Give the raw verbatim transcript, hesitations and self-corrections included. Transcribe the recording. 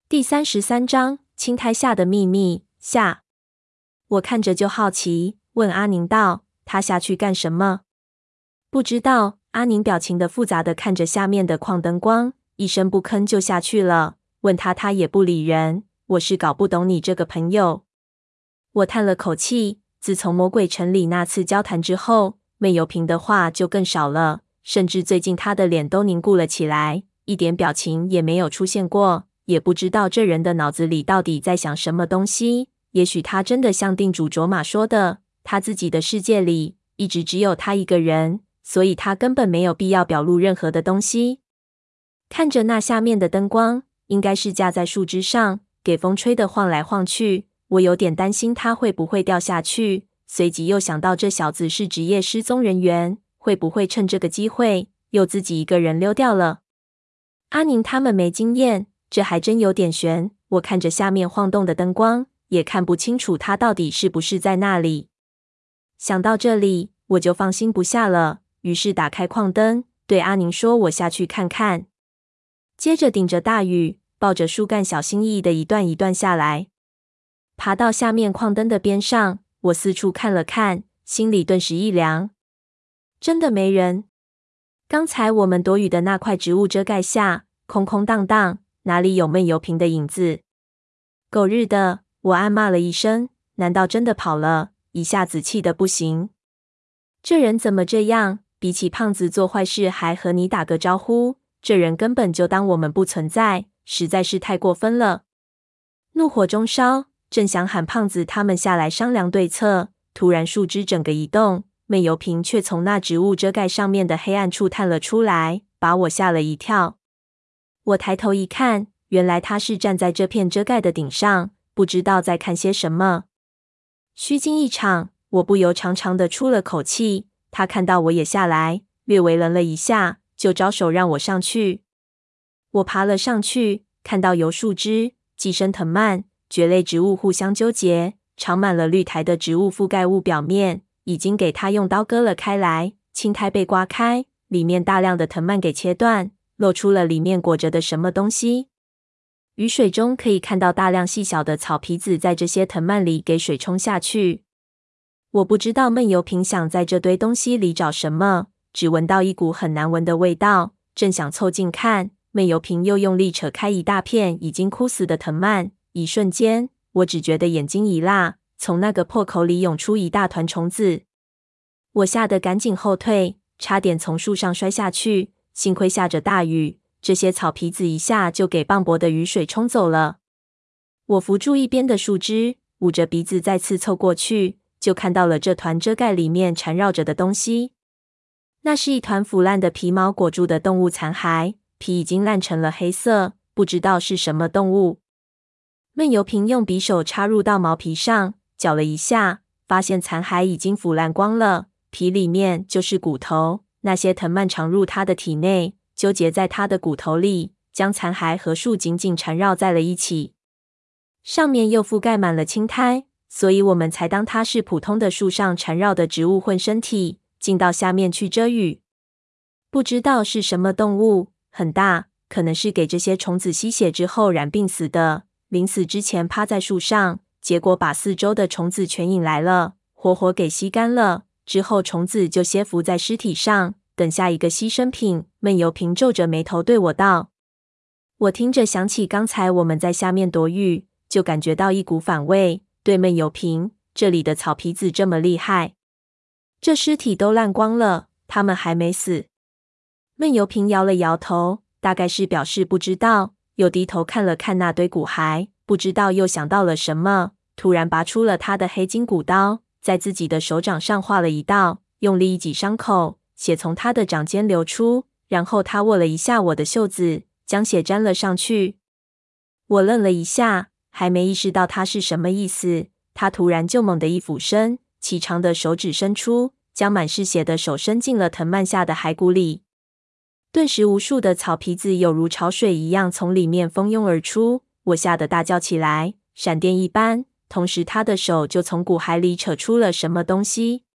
第三十三章青苔下的秘密下。我看着就好奇，问阿宁道：“他下去干什么？”不知道。阿宁表情的复杂的看着下面的矿灯光，一声不吭就下去了。问他，他也不理人。我是搞不懂你这个朋友。我叹了口气，自从魔鬼城里那次交谈之后，闷油瓶的话就更少了，甚至最近他的脸都凝固了起来，一点表情也没有出现过。也不知道这人的脑子里到底在想什么东西。也许他真的像定主卓玛说的，他自己的世界里一直只有他一个人，所以他根本没有必要表露任何的东西。看着那下面的灯光，应该是架在树枝上，给风吹得晃来晃去。我有点担心他会不会掉下去，随即又想到这小子是职业失踪人员，会不会趁这个机会又自己一个人溜掉了。阿宁他们没经验，这还真有点悬。我看着下面晃动的灯光，也看不清楚他到底是不是在那里。想到这里，我就放心不下了，于是打开矿灯，对阿宁说：“我下去看看。”接着顶着大雨，抱着树干，小心翼翼的一段一段下来。爬到下面矿灯的边上，我四处看了看，心里顿时一凉。真的没人。刚才我们躲雨的那块植物遮盖下，空空荡荡，哪里有闷油瓶的影子？狗日的！我暗骂了一声，难道真的跑了？一下子气得不行。这人怎么这样？比起胖子做坏事还和你打个招呼，这人根本就当我们不存在，实在是太过分了。怒火中烧，正想喊胖子他们下来商量对策，突然树枝整个移动，闷油瓶却从那植物遮盖上面的黑暗处探了出来，把我吓了一跳。我抬头一看，原来他是站在这片遮盖的顶上，不知道在看些什么。虚惊一场，我不由长长的出了口气。他看到我也下来，略微愣了一下，就招手让我上去。我爬了上去，看到由树枝、寄生藤蔓、蕨类植物互相纠结，长满了绿苔的植物覆盖物表面，已经给它用刀割了开来。青苔被刮开，里面大量的藤蔓给切断，露出了里面裹着的什么东西。雨水中可以看到大量细小的草皮子在这些藤蔓里给水冲下去。我不知道闷油瓶想在这堆东西里找什么，只闻到一股很难闻的味道，正想凑近看，闷油瓶又用力扯开一大片已经枯死的藤蔓。一瞬间，我只觉得眼睛一辣，从那个破口里涌出一大团虫子。我吓得赶紧后退，差点从树上摔下去，幸亏下着大雨，这些草皮子一下就给磅礴的雨水冲走了。我扶住一边的树枝，捂着鼻子再次凑过去，就看到了这团遮盖里面缠绕着的东西。那是一团腐烂的皮毛裹住的动物残骸，皮已经烂成了黑色，不知道是什么动物。闷油瓶用匕首插入到毛皮上，搅了一下，发现残骸已经腐烂光了，皮里面就是骨头。那些藤蔓常入它的体内，纠结在它的骨头里，将残骸和树紧紧缠绕在了一起。上面又覆盖满了青苔，所以我们才当它是普通的树上缠绕的植物混身体，进到下面去遮雨。不知道是什么动物，很大，可能是给这些虫子吸血之后染病死的。临死之前趴在树上，结果把四周的虫子全引来了，活活给吸干了。之后虫子就歇伏在尸体上，等下一个牺牲品。闷油瓶皱着眉头对我道。我听着想起刚才我们在下面躲雨，就感觉到一股反胃，对闷油瓶，这里的草皮子这么厉害，这尸体都烂光了，他们还没死。闷油瓶摇了摇头，大概是表示不知道，又低头看了看那堆骨骸，不知道又想到了什么，突然拔出了他的黑金骨刀，在自己的手掌上划了一道，用力一挤伤口，血从他的掌间流出，然后他握了一下我的袖子，将血沾了上去。我愣了一下，还没意识到他是什么意思，他突然就猛地一俯身，颀长的手指伸出，将满是血的手伸进了藤蔓下的骸骨里。顿时无数的草皮子有如潮水一样从里面蜂拥而出，我吓得大叫起来，闪电一般，同时他的手就从骨骸里扯出了什么东西。